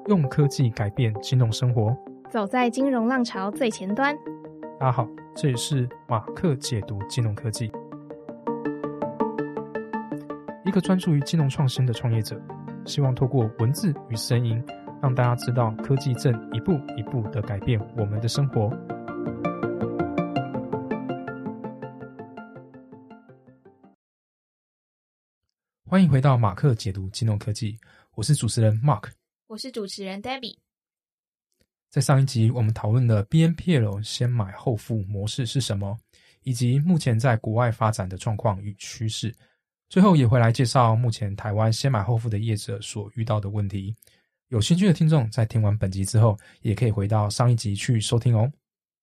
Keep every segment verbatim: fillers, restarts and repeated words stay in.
用科技改变金融生活， 走在金融浪潮最前端。 大家好，这里是马克解读金融科技，一个专注于金融创新的创业者，希望透过文字与声音，让大家知道科技正一步一步地改变我们的生活。欢迎回到马克解读金融科技，我是主持人 Mark， 我是主持人 Debbie。 在上一集我们讨论了 B N P L 先买后付模式是什么，以及目前在国外发展的状况与趋势，最后也会来介绍目前台湾先买后付的业者所遇到的问题。有兴趣的听众在听完本集之后，也可以回到上一集去收听哦。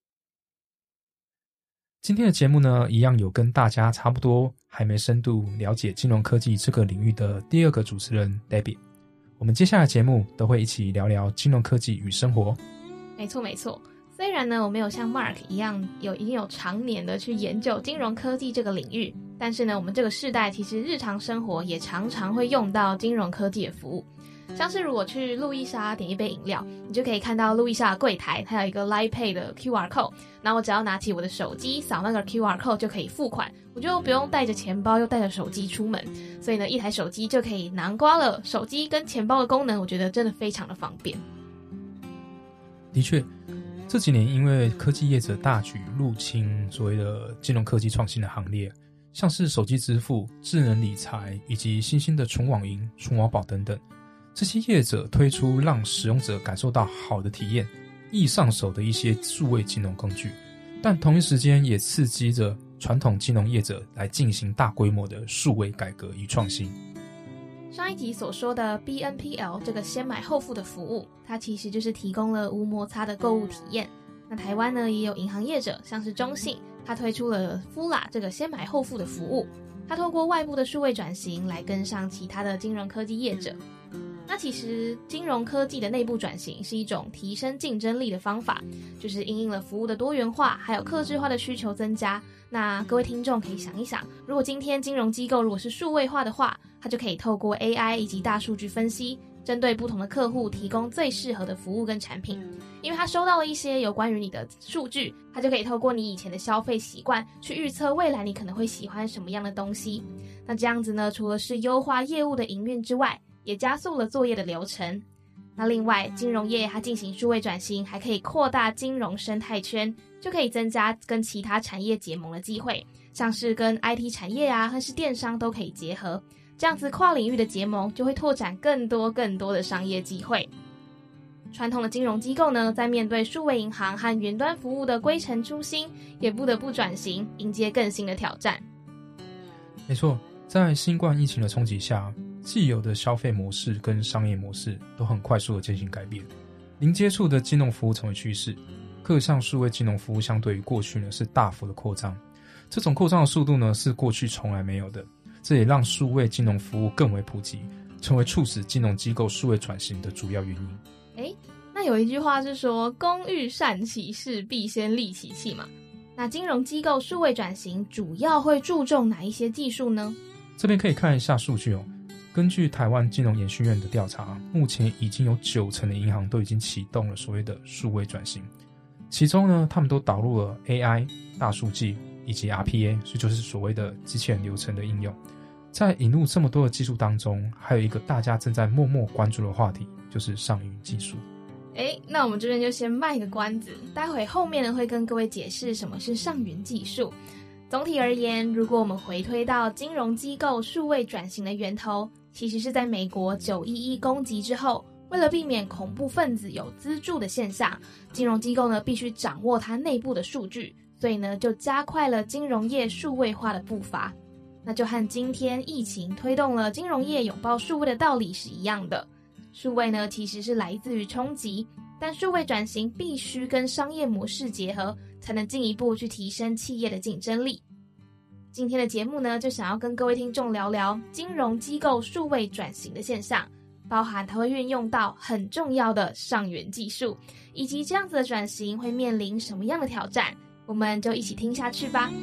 今天的节目呢，一样有跟大家差不多还没深度了解金融科技这个领域的第二个主持人 Debbie。 我们接下来的节目都会一起聊聊金融科技与生活。 没错没错，虽然呢我没有像 Mark 一样有已经有常年的去研究金融科技这个领域，但是呢我们这个世代其实日常生活也常常会用到金融科技的服务。像是如果去路易莎点一杯饮料，你就可以看到路易莎的柜台它有一个 Line Pay 的 Q R code， 然后我只要拿起我的手机扫那个 Q R code 就可以付款，我就不用带着钱包又带着手机出门，所以呢一台手机就可以囊括了手机跟钱包的功能，我觉得真的非常的方便。 的确，这几年因为科技业者大举入侵所谓的金融科技创新的行列，像是手机支付、智能理财以及新兴的纯网银、纯网宝等等，这些业者推出让使用者感受到好的体验、易上手的一些数位金融工具，但同一时间也刺激着传统金融业者来进行大规模的数位改革与创新。 上一集所说的 B N P L 这个先买后付的服务，它其实就是提供了无摩擦的购物体验。那台湾呢也有银行业者，像是中信，它推出了 F U L A 这个先买后付的服务，它透过外部的数位转型来跟上其他的金融科技业者。那其实金融科技的内部转型是一种提升竞争力的方法，就是因应了服务的多元化还有客制化的需求增加。那各位听众可以想一想，如果今天金融机构如果是数位化的话，它就可以透过 A I 以及大数据分析，针对不同的客户提供最适合的服务跟产品。因为它收到了一些有关于你的数据，它就可以透过你以前的消费习惯去预测未来你可能会喜欢什么样的东西。那这样子呢，除了是优化业务的营运之外，也加速了作业的流程。那另外，金融业它进行数位转型，还可以扩大金融生态圈，就可以增加跟其他产业结盟的机会，像是跟 I T 产业啊，或是电商都可以结合。这样子跨领域的结盟就会拓展更多更多的商业机会。传统的金融机构呢，在面对数位银行和云端服务的规程初心，也不得不转型，迎接更新的挑战。 没错，在新冠疫情的冲击下，既有的消费模式跟商业模式都很快速的进行改变，零接触的金融服务成为趋势，各项数位金融服务相对于过去呢是大幅的扩张，这种扩张的速度呢是过去从来没有的，这也让数位金融服务更为普及，成为促使金融机构数位转型的主要原因。 诶，那有一句话是说工欲善其事，必先利其器嘛。那金融机构数位转型主要会注重哪一些技术呢？ 这边可以看一下数据哦。根据台湾金融研训院的调查，目前已经有九成的银行都已经启动了所谓的数位转型，其中呢，他们都导入了 A I、大数据以及 R P A， 所以就是所谓的机器人流程的应用。在引入这么多的技术当中，还有一个大家正在默默关注的话题，就是上云技术。 诶，那我们这边就先卖个关子，待会后面呢会跟各位解释什么是上云技术。总体而言，如果我们回推到金融机构数位转型的源头，其实是在美国九一一攻击之后，为了避免恐怖分子有资助的现象，金融机构呢必须掌握它内部的数据，所以呢就加快了金融业数位化的步伐。那就和今天疫情推动了金融业拥抱数位的道理是一样的。数位呢其实是来自于冲击，但数位转型必须跟商业模式结合，才能进一步去提升企业的竞争力。今天的节目呢，就想要跟各位听众聊聊金融机构数位转型的现象，包含它会运用到很重要的上云技术，以及这样子的转型会面临什么样的挑战，我们就一起听下去吧。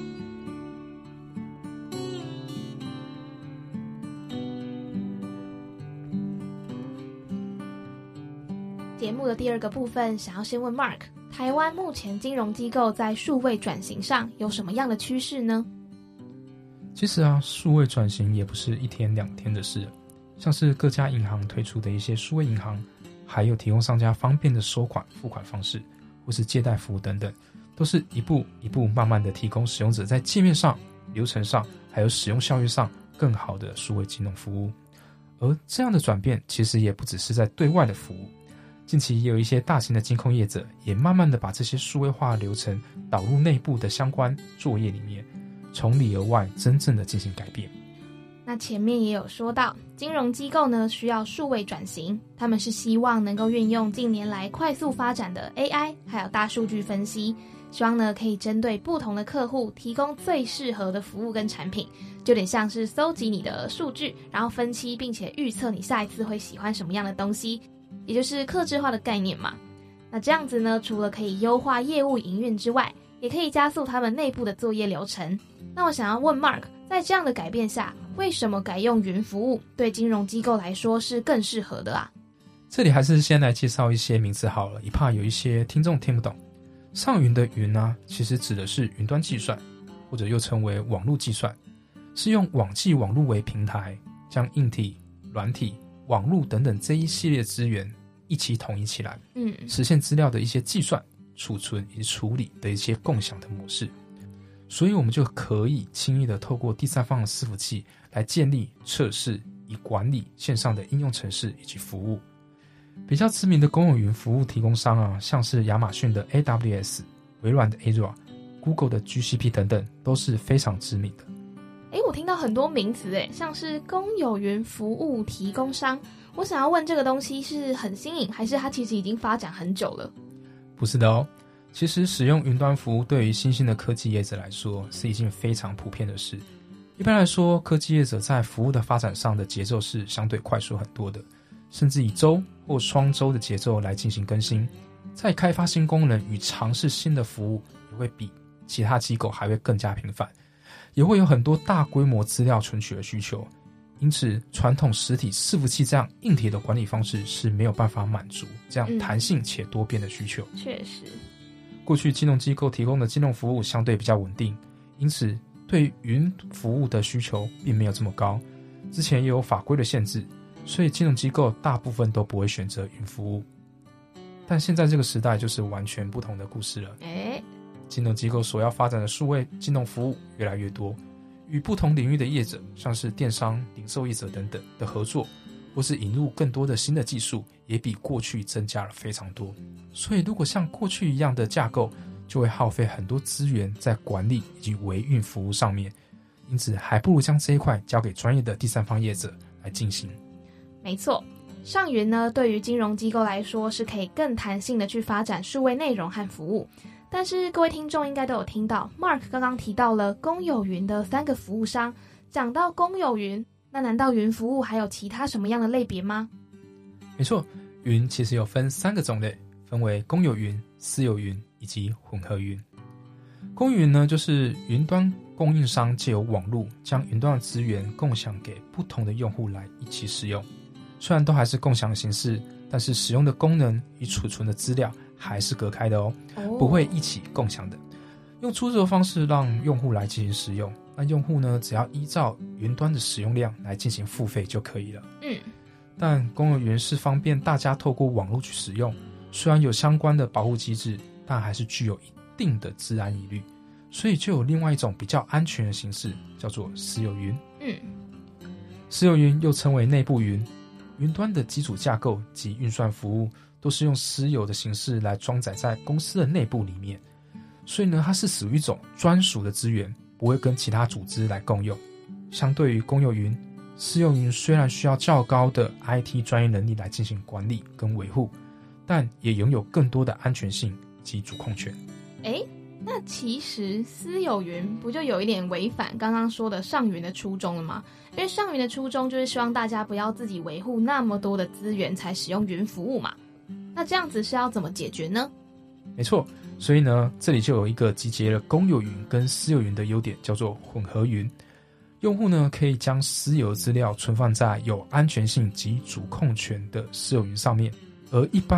节目的第二个部分，想要先问 Mark， 台湾目前金融机构在数位转型上有什么样的趋势呢？ 其实啊，数位转型也不是一天两天的事，像是各家银行推出的一些数位银行，还有提供商家方便的收款付款方式，或是借贷服务等等，都是一步一步慢慢的提供使用者在界面上、流程上，还有使用效率上更好的数位金融服务。而这样的转变其实也不只是在对外的服务，近期也有一些大型的金控业者也慢慢的把这些数位化流程导入内部的相关作业里面，从里而外真正的进行改变。 那前面也有说到，金融机构呢需要数位转型，他们是希望能够运用近年来快速发展的 A I 还有大数据分析，希望呢可以针对不同的客户提供最适合的服务跟产品，就有点像是搜集你的数据，然后分析并且预测你下一次会喜欢什么样的东西，也就是客制化的概念嘛。那这样子呢，除了可以优化业务营运之外，也可以加速他们内部的作业流程。那我想要问 Mark， 在这样的改变下，为什么改用云服务对金融机构来说是更适合的啊？ 这里还是先来介绍一些名词好了，以怕有一些听众听不懂。上云的云啊，其实指的是云端计算，或者又称为网络计算，是用网际网络为平台，将硬体、软体、网络等等这一系列资源一起统一起来，嗯，实现资料的一些计算、储存以及处理的一些共享的模式。所以我们就可以轻易的透过第三方的伺服器来建立、测试以管理线上的应用程式以及服务。比较知名的公有云服务提供商啊，像是亚马逊的 A W S、 微软的 Azure、 Google 的 G C P 等等，都是非常知名的。 诶，我听到很多名词诶，像是公有云服务提供商，我想要问这个东西是很新颖，还是它其实已经发展很久了？ 不是的哦，其实使用云端服务对于新兴的科技业者来说是一件非常普遍的事。一般来说，科技业者在服务的发展上的节奏是相对快速很多的，甚至以周或双周的节奏来进行更新。在开发新功能与尝试新的服务也会比其他机构还会更加频繁，也会有很多大规模资料存取的需求。因此传统实体伺服器这样硬体的管理方式是没有办法满足这样弹性且多变的需求。 嗯，确实过去金融机构提供的金融服务相对比较稳定，因此对云服务的需求并没有这么高。之前也有法规的限制，所以金融机构大部分都不会选择云服务。但现在这个时代就是完全不同的故事了。 诶， 金融机构所要发展的数位金融服务越来越多，与不同领域的业者，像是电商、零售业者等等的合作，或是引入更多的新的技术，也比过去增加了非常多。所以如果像过去一样的架构，就会耗费很多资源在管理以及维运服务上面，因此还不如将这一块交给专业的第三方业者来进行。 没错，上云呢，对于金融机构来说是可以更弹性的去发展数位内容和服务。但是各位听众应该都有听到 Mark 刚刚提到了公有云的三个服务商，讲到公有云，那难道云服务还有其他什么样的类别吗？ 没错，云其实有分三个种类，分为公有云、私有云以及混合云。公有云呢，就是云端供应商借由网络将云端的资源共享给不同的用户来一起使用，虽然都还是共享的形式，但是使用的功能与储存的资料还是隔开的哦，不会一起共享的。用出租的方式让用户来进行使用，那用户呢，只要依照云端的使用量来进行付费就可以了。嗯，但公有云是方便大家透过网络去使用，虽然有相关的保护机制，但还是具有一定的治安疑虑，所以就有另外一种比较安全的形式，叫做私有云。嗯，私有云又称为内部云，云端的基础架构及运算服务都是用私有的形式来装载在公司的内部里面，所以呢，它是属于一种专属的资源，不会跟其他组织来共用。相对于公有云，私有云虽然需要较高的 I T 专业能力来进行管理跟维护，但也拥有更多的安全性及主控权。 诶，那其实私有云不就有一点违反刚刚说的上云的初衷了吗？因为上云的初衷就是希望大家不要自己维护那么多的资源才使用云服务嘛。那这样子是要怎么解决呢？ 没错，所以呢，这里就有一个集结了公有云跟私有云的优点，叫做混合云。用户呢，可以将私有资料存放在有安全性及主控权的私有云上面，而一般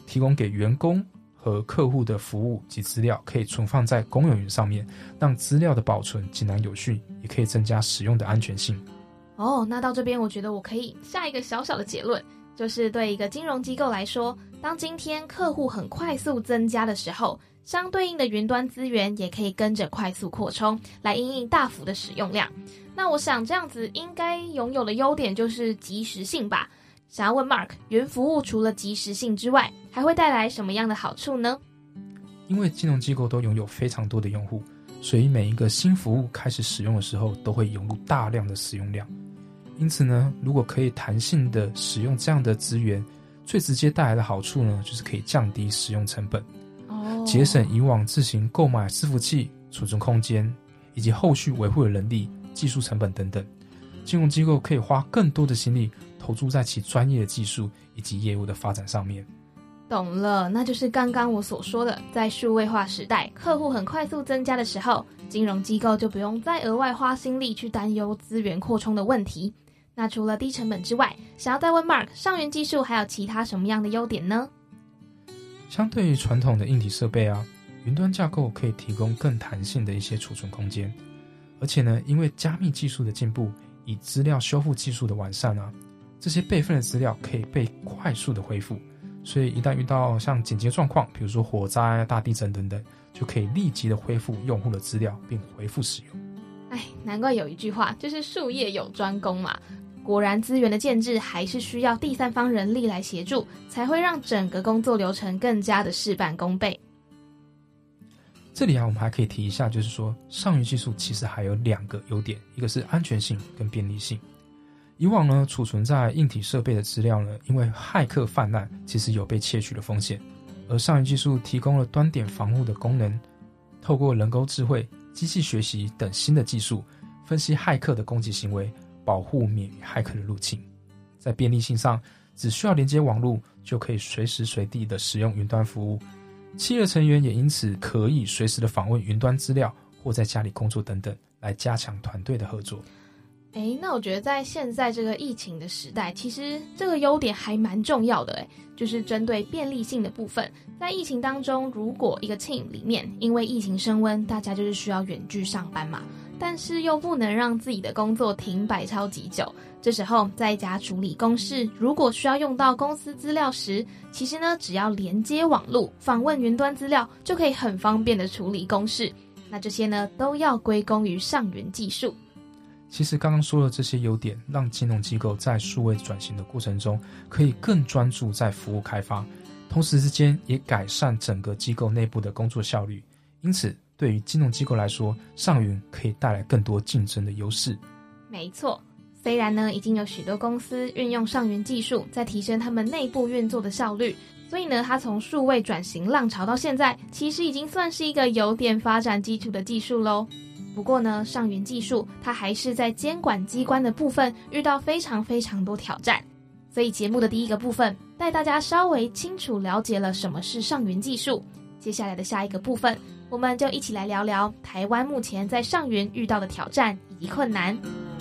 提供给员工和客户的服务及资料可以存放在公有云上面，让资料的保存井然有序，也可以增加使用的安全性。 哦，那到这边我觉得我可以下一个小小的结论，就是对一个金融机构来说，当今天客户很快速增加的时候，相对应的云端资源也可以跟着快速扩充，来因应大幅的使用量。那我想这样子应该拥有的优点就是即时性吧。想要问 Mark， 云服务除了即时性之外，还会带来什么样的好处呢？ 因为金融机构都拥有非常多的用户，所以每一个新服务开始使用的时候，都会涌入大量的使用量。因此呢，如果可以弹性的使用这样的资源，最直接带来的好处呢，就是可以降低使用成本，哦，节省以往自行购买伺服器、储存空间以及后续维护的人力、技术成本等等。金融机构可以花更多的心力投注在其专业的技术以及业务的发展上面。 懂了，那就是刚刚我所说的，在数位化时代，客户很快速增加的时候，金融机构就不用再额外花心力去担忧资源扩充的问题。那除了低成本之外，想要再问 Mark， 上云技术还有其他什么样的优点呢？ 相对于传统的硬体设备啊，云端架构可以提供更弹性的一些储存空间，而且呢，因为加密技术的进步以资料修复技术的完善啊，这些备份的资料可以被快速的恢复，所以一旦遇到像紧急状况，比如说火灾、大地震等等，就可以立即的恢复用户的资料并恢复使用。 哎，难怪有一句话就是术业有专攻嘛。果然资源的建制还是需要第三方人力来协助，才会让整个工作流程更加的事半功倍。 这里啊，我们还可以提一下，就是说上云技术其实还有两个优点，一个是安全性跟便利性。以往呢，储存在硬体设备的资料呢，因为骇客泛滥，其实有被窃取的风险。而上云技术提供了端点防护的功能，透过人工智慧、机器学习等新的技术，分析骇客的攻击行为，保护免于骇客的入侵。在便利性上，只需要连接网络，就可以随时随地的使用云端服务。企业成员也因此可以随时的访问云端资料，或在家里工作等等，来加强团队的合作。 诶，那我觉得在现在这个疫情的时代，其实这个优点还蛮重要的诶，就是针对便利性的部分。在疫情当中，如果一个 team 里面因为疫情升温，大家就是需要远距上班嘛，但是又不能让自己的工作停摆超级久，这时候在家处理公事，如果需要用到公司资料时，其实呢，只要连接网络，访问云端资料，就可以很方便的处理公事。那这些呢，都要归功于上云技术。 其实刚刚说的这些优点，让金融机构在数位转型的过程中，可以更专注在服务开发，同时之间也改善整个机构内部的工作效率。因此，对于金融机构来说，上云可以带来更多竞争的优势。 没错，虽然呢，已经有许多公司运用上云技术，在提升他们内部运作的效率，所以呢，它从数位转型浪潮到现在，其实已经算是一个有点发展基础的技术咯。不过呢，上云技术它还是在监管机关的部分遇到非常非常多挑战，所以节目的第一个部分带大家稍微清楚了解了什么是上云技术。接下来的下一个部分，我们就一起来聊聊台湾目前在上云遇到的挑战以及困难。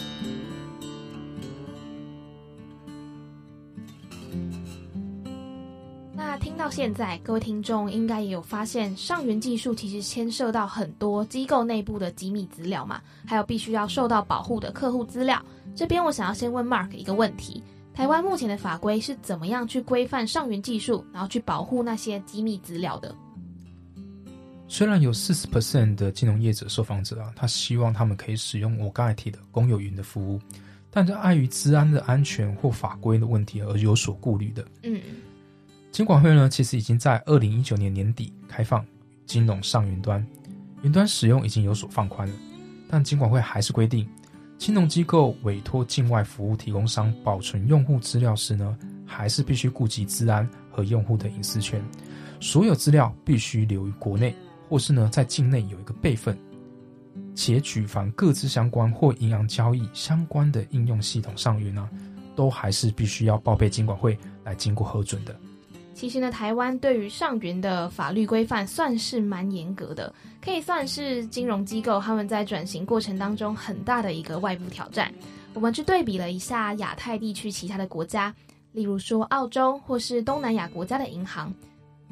那听到现在，各位听众应该也有发现，上云技术其实牵涉到很多机构内部的机密资料嘛，还有必须要受到保护的客户资料。这边我想要先问 Mark 一个问题，台湾目前的法规是怎么样去规范上云技术，然后去保护那些机密资料的？ 虽然有 百分之四十 的金融业者受访者啊，他希望他们可以使用我刚才提的公有云的服务，但是碍于资安的安全或法规的问题而有所顾虑的。嗯。金管会呢，其实已经在二零一九年年底开放金融上云端，云端使用已经有所放宽了，但金管会还是规定，金融机构委托境外服务提供商保存用户资料时呢，还是必须顾及资安和用户的隐私权，所有资料必须留于国内，或是呢在境内有一个备份，且举凡各自相关或银行交易相关的应用系统上云啊，都还是必须要报备金管会来经过核准的。 其实呢，台湾对于上云的法律规范算是蛮严格的，可以算是金融机构他们在转型过程当中很大的一个外部挑战。我们去对比了一下亚太地区其他的国家，例如说澳洲或是东南亚国家的银行，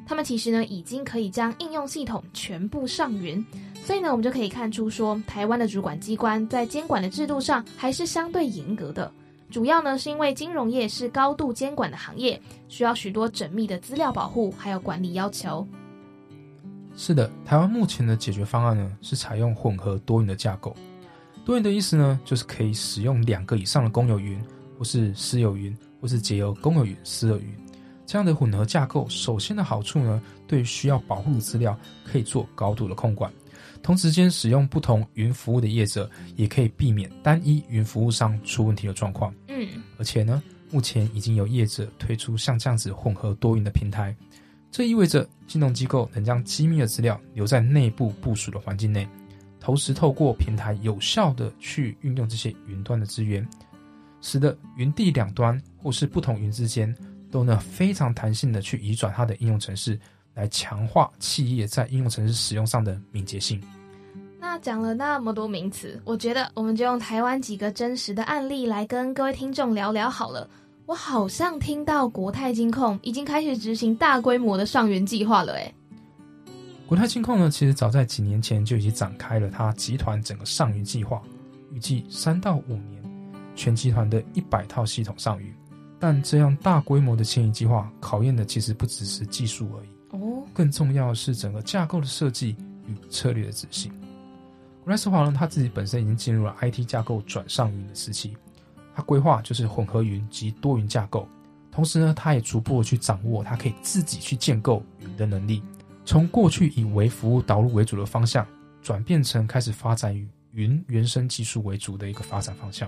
他们其实呢已经可以将应用系统全部上云，所以呢我们就可以看出说，台湾的主管机关在监管的制度上还是相对严格的。主要呢是因为金融业是高度监管的行业，需要许多缜密的资料保护还有管理要求。 是的，台湾目前的解决方案呢是采用混合多云的架构。多云的意思呢，就是可以使用两个以上的公有云，或是私有云，或是结由公有云、私有云。这样的混合架构，首先的好处呢，对需要保护的资料可以做高度的控管。同时间使用不同云服务的业者，也可以避免单一云服务上出问题的状况。 嗯， 而且呢，目前已经有业者推出像这样子混合多云的平台。这意味着金融机构能将机密的资料留在内部部署的环境内，同时透过平台有效的去运用这些云端的资源，使得云地两端或是不同云之间都能非常弹性的去移转它的应用程式，来强化企业在应用程式使用上的敏捷性。 那讲了那么多名词，我觉得我们就用台湾几个真实的案例来跟各位听众聊聊好了。我好像听到国泰金控已经开始执行大规模的上云计划了诶。 国泰金控呢，其实早在几年前就已经展开了它集团整个上云计划，预计三到五年全集团的一百套系统上云。但这样大规模的迁移计划考验的其实不只是技术而已， 哦， 更重要的是整个架构的设计与策略的执行。国泰世华呢，他自己本身已经进入了 I T 架构转上云的时期，他规划就是混合云及多云架构，同时呢，他也逐步的去掌握他可以自己去建构云的能力，从过去以微服务导入为主的方向，转变成开始发展以云原生技术为主的一个发展方向。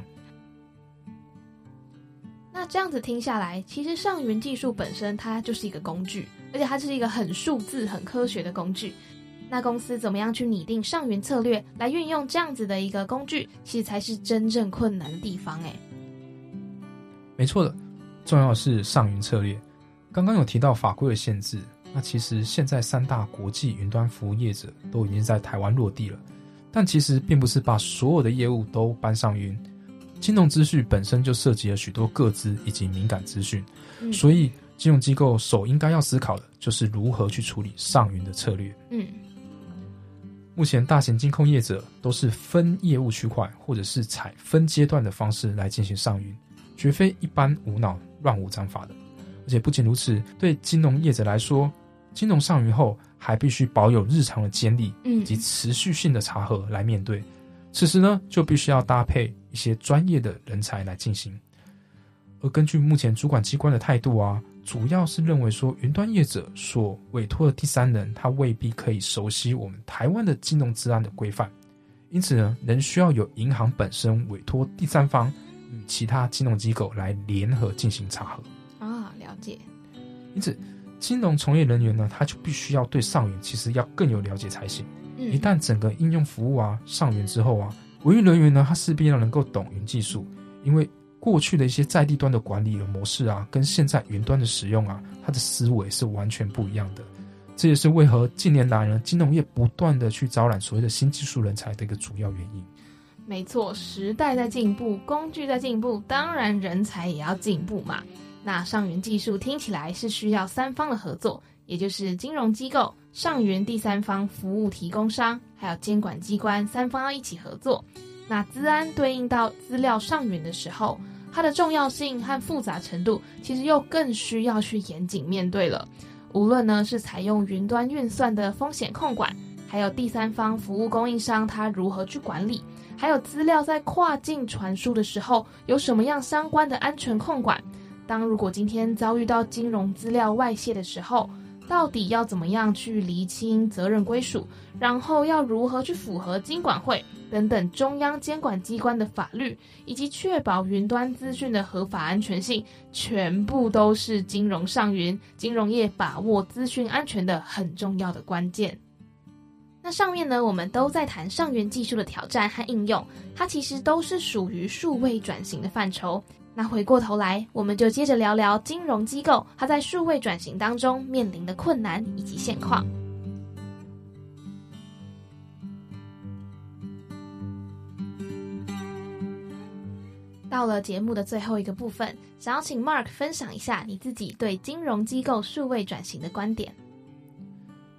那这样子听下来，其实上云技术本身它就是一个工具，而且它是一个很数字很科学的工具。那公司怎么样去拟定上云策略来运用这样子的一个工具，其实才是真正困难的地方诶。 没错的，重要的是上云策略。刚刚有提到法规的限制，那其实现在三大国际云端服务业者都已经在台湾落地了，但其实并不是把所有的业务都搬上云。金融资讯本身就涉及了许多个资以及敏感资讯、嗯、所以金融机构首应该要思考的就是如何去处理上云的策略。 嗯， 目前大型金控业者都是分业务区块或者是采分阶段的方式来进行上云，绝非一般无脑乱无章法的。而且不仅如此，对金融业者来说，金融上云后还必须保有日常的监理以及持续性的查核来面对，此时呢就必须要搭配一些专业的人才来进行。而根据目前主管机关的态度啊，主要是认为说云端业者所委托的第三人他未必可以熟悉我们台湾的金融治安的规范，因此呢仍需要有银行本身委托第三方与其他金融机构来联合进行查核啊，了解。 因此金融从业人员呢，他就必须要对上云其实要更有了解才行、嗯、一旦整个应用服务啊上云之后啊，维运人员呢他势必要能够懂云技术，因为过去的一些在地端的管理的模式啊，跟现在云端的使用啊，它的思维是完全不一样的。这也是为何近年来呢，金融业不断的去招揽所谓的新技术人才的一个主要原因。 没错，时代在进步，工具在进步，当然人才也要进步嘛。那上云技术听起来是需要三方的合作，也就是金融机构、上云第三方服务提供商，还有监管机关三方要一起合作。那资安对应到资料上云的时候，它的重要性和复杂程度其实又更需要去严谨面对了。无论呢是采用云端运算的风险控管，还有第三方服务供应商它如何去管理，还有资料在跨境传输的时候有什么样相关的安全控管。当如果今天遭遇到金融资料外泄的时候，到底要怎么样去厘清责任归属，然后要如何去符合金管会等等中央监管机关的法律，以及确保云端资讯的合法安全性，全部都是金融上云、金融业把握资讯安全的很重要的关键。那上面呢，我们都在谈上云技术的挑战和应用，它其实都是属于数位转型的范畴。那回过头来，我们就接着聊聊金融机构它在数位转型当中面临的困难以及现况。到了节目的最后一个部分，想要请 Mark 分享一下你自己对金融机构数位转型的观点。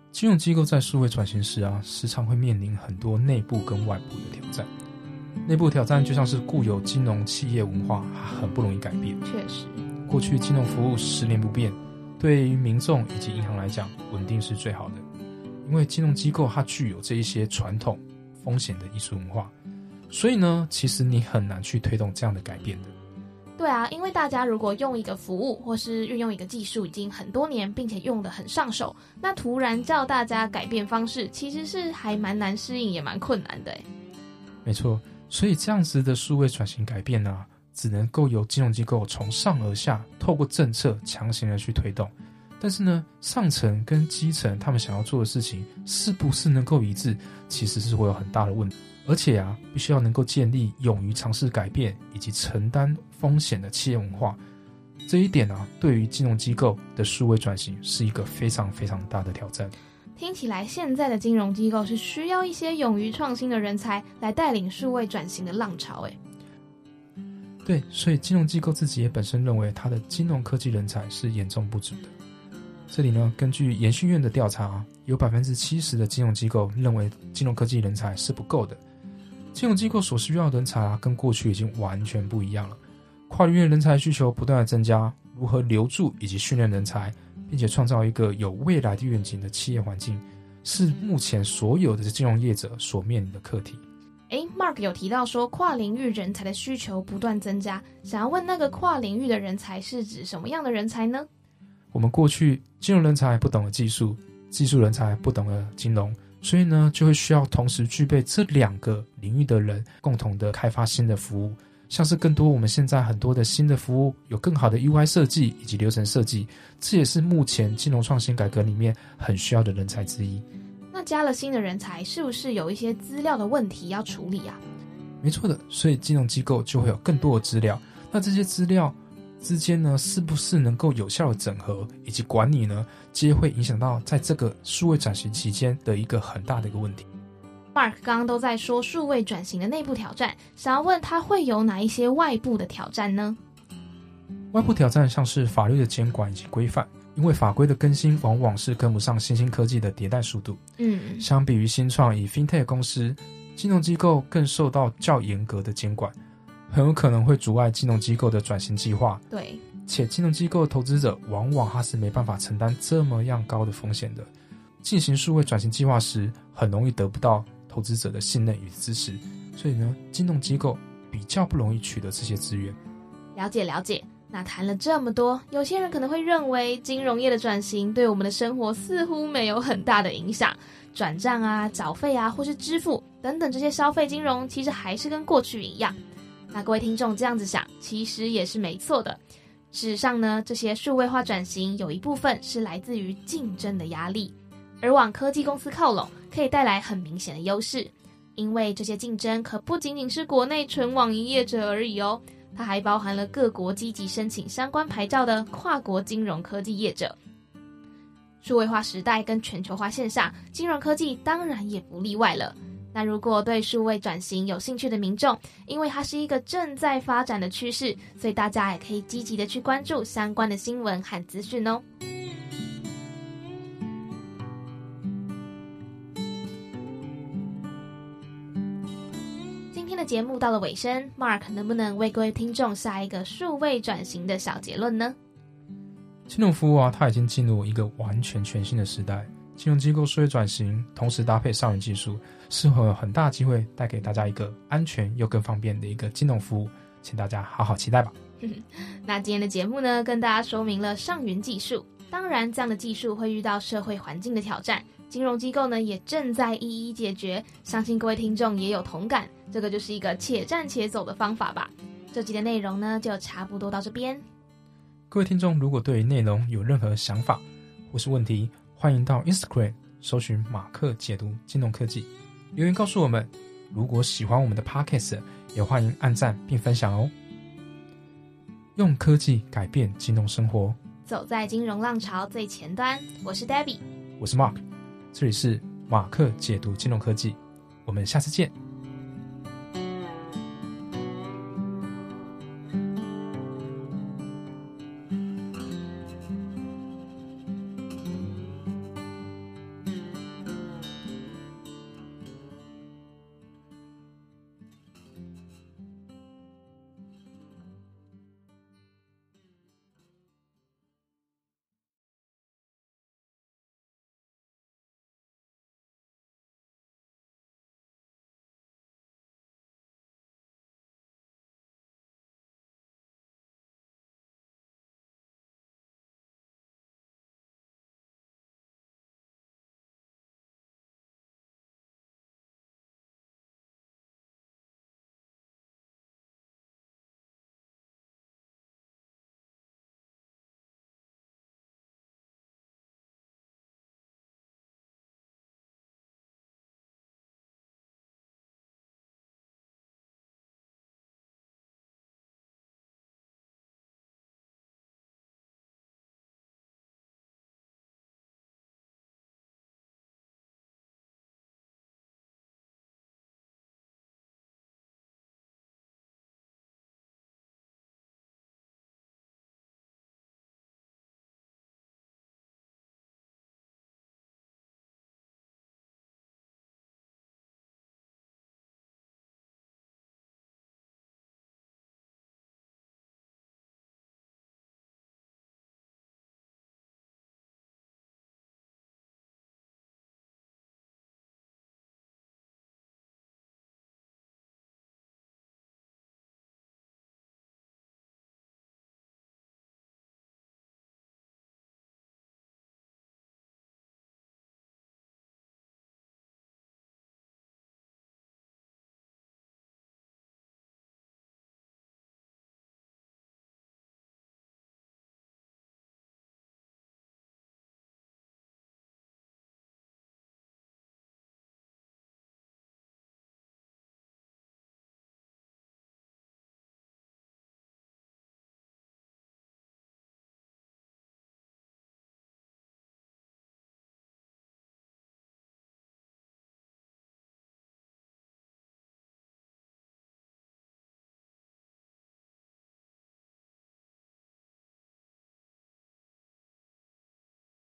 金融机构在数位转型时啊，时常会面临很多内部跟外部的挑战。内部挑战就像是固有金融企业文化很不容易改变。 确实， 过去金融服务十年不变，对于民众以及银行来讲，稳定是最好的。因为金融机构它具有这一些传统风险的艺术文化，所以呢，其实你很难去推动这样的改变的。 对啊，因为大家如果用一个服务或是运用一个技术已经很多年，并且用得很上手，那突然叫大家改变方式，其实是还蛮难适应，也蛮困难的。 没错，所以这样子的数位转型改变呢、啊，只能够由金融机构从上而下，透过政策强行的去推动。但是呢，上层跟基层他们想要做的事情是不是能够一致，其实是会有很大的问题。而且啊，必须要能够建立勇于尝试改变以及承担风险的企业文化。这一点啊，对于金融机构的数位转型是一个非常非常大的挑战。 听起来现在的金融机构是需要一些勇于创新的人才来带领数位转型的浪潮。诶， 对，所以金融机构自己也本身认为它的金融科技人才是严重不足的。这里呢，根据研讯院的调查，有 百分之七十 的金融机构认为金融科技人才是不够的。金融机构所需要的人才啊，跟过去已经完全不一样了。跨领域人才需求不断的增加，如何留住以及训练人才，并且创造一个有未来的愿景的企业环境，是目前所有的金融业者所面临的课题。 诶 Mark 有提到说跨领域人才的需求不断增加，想要问那个跨领域的人才是指什么样的人才呢？ 我们过去金融人才不懂得技术，技术人才不懂得金融，所以呢，就会需要同时具备这两个领域的人，共同的开发新的服务。像是更多我们现在很多的新的服务，有更好的 U I 设计以及流程设计，这也是目前金融创新改革里面很需要的人才之一。 那加了新的人才，是不是有一些资料的问题要处理啊？ 没错的，所以金融机构就会有更多的资料。那这些资料之间呢，是不是能够有效的整合以及管理呢，皆会影响到在这个数位转型期间的一个很大的一个问题。 Mark 刚刚都在说数位转型的内部挑战，想要问他会有哪一些外部的挑战呢？ 外部挑战像是法律的监管以及规范，因为法规的更新往往是跟不上新兴科技的迭代速度。 嗯， 相比于新创以 FinTech 公司，金融机构更受到较严格的监管，很有可能会阻碍金融机构的转型计划。 对， 且金融机构的投资者往往他是没办法承担这么样高的风险的。进行数位转型计划时，很容易得不到投资者的信任与支持，所以呢，金融机构比较不容易取得这些资源。 了解了解。那谈了这么多，有些人可能会认为金融业的转型对我们的生活似乎没有很大的影响，转账啊、缴费啊，或是支付等等这些消费金融，其实还是跟过去一样。那各位听众这样子想，其实也是没错的。事实上呢，这些数位化转型有一部分是来自于竞争的压力，而往科技公司靠拢，可以带来很明显的优势。因为这些竞争可不仅仅是国内纯网营业者而已哦，它还包含了各国积极申请相关牌照的跨国金融科技业者。数位化时代跟全球化现象，金融科技当然也不例外了。那如果对数位转型有兴趣的民众，因为它是一个正在发展的趋势，所以大家也可以积极的去关注相关的新闻和资讯哦。今天的节目到了尾声， Mark 能不能为各位听众下一个数位转型的小结论呢？ 金融服务啊，它已经进入一个完全全新的时代。金融机构数位转型，同时搭配上云技术，是会有很大机会带给大家一个安全又更方便的一个金融服务，请大家好好期待吧。 那今天的节目呢，跟大家说明了上云技术，当然这样的技术会遇到社会环境的挑战，金融机构呢也正在一一解决，相信各位听众也有同感，这个就是一个且战且走的方法吧。这集的内容呢就差不多到这边。 各位听众如果对于内容有任何想法或是问题，欢迎到 Instagram 搜寻马克解读金融科技，留言告诉我们。如果喜欢我们的 Podcast， 也欢迎按赞并分享哦。用科技改变金融生活， 走在金融浪潮最前端。我是 Debbie， 我是 Mark， 这里是马克解读金融科技，我们下次见。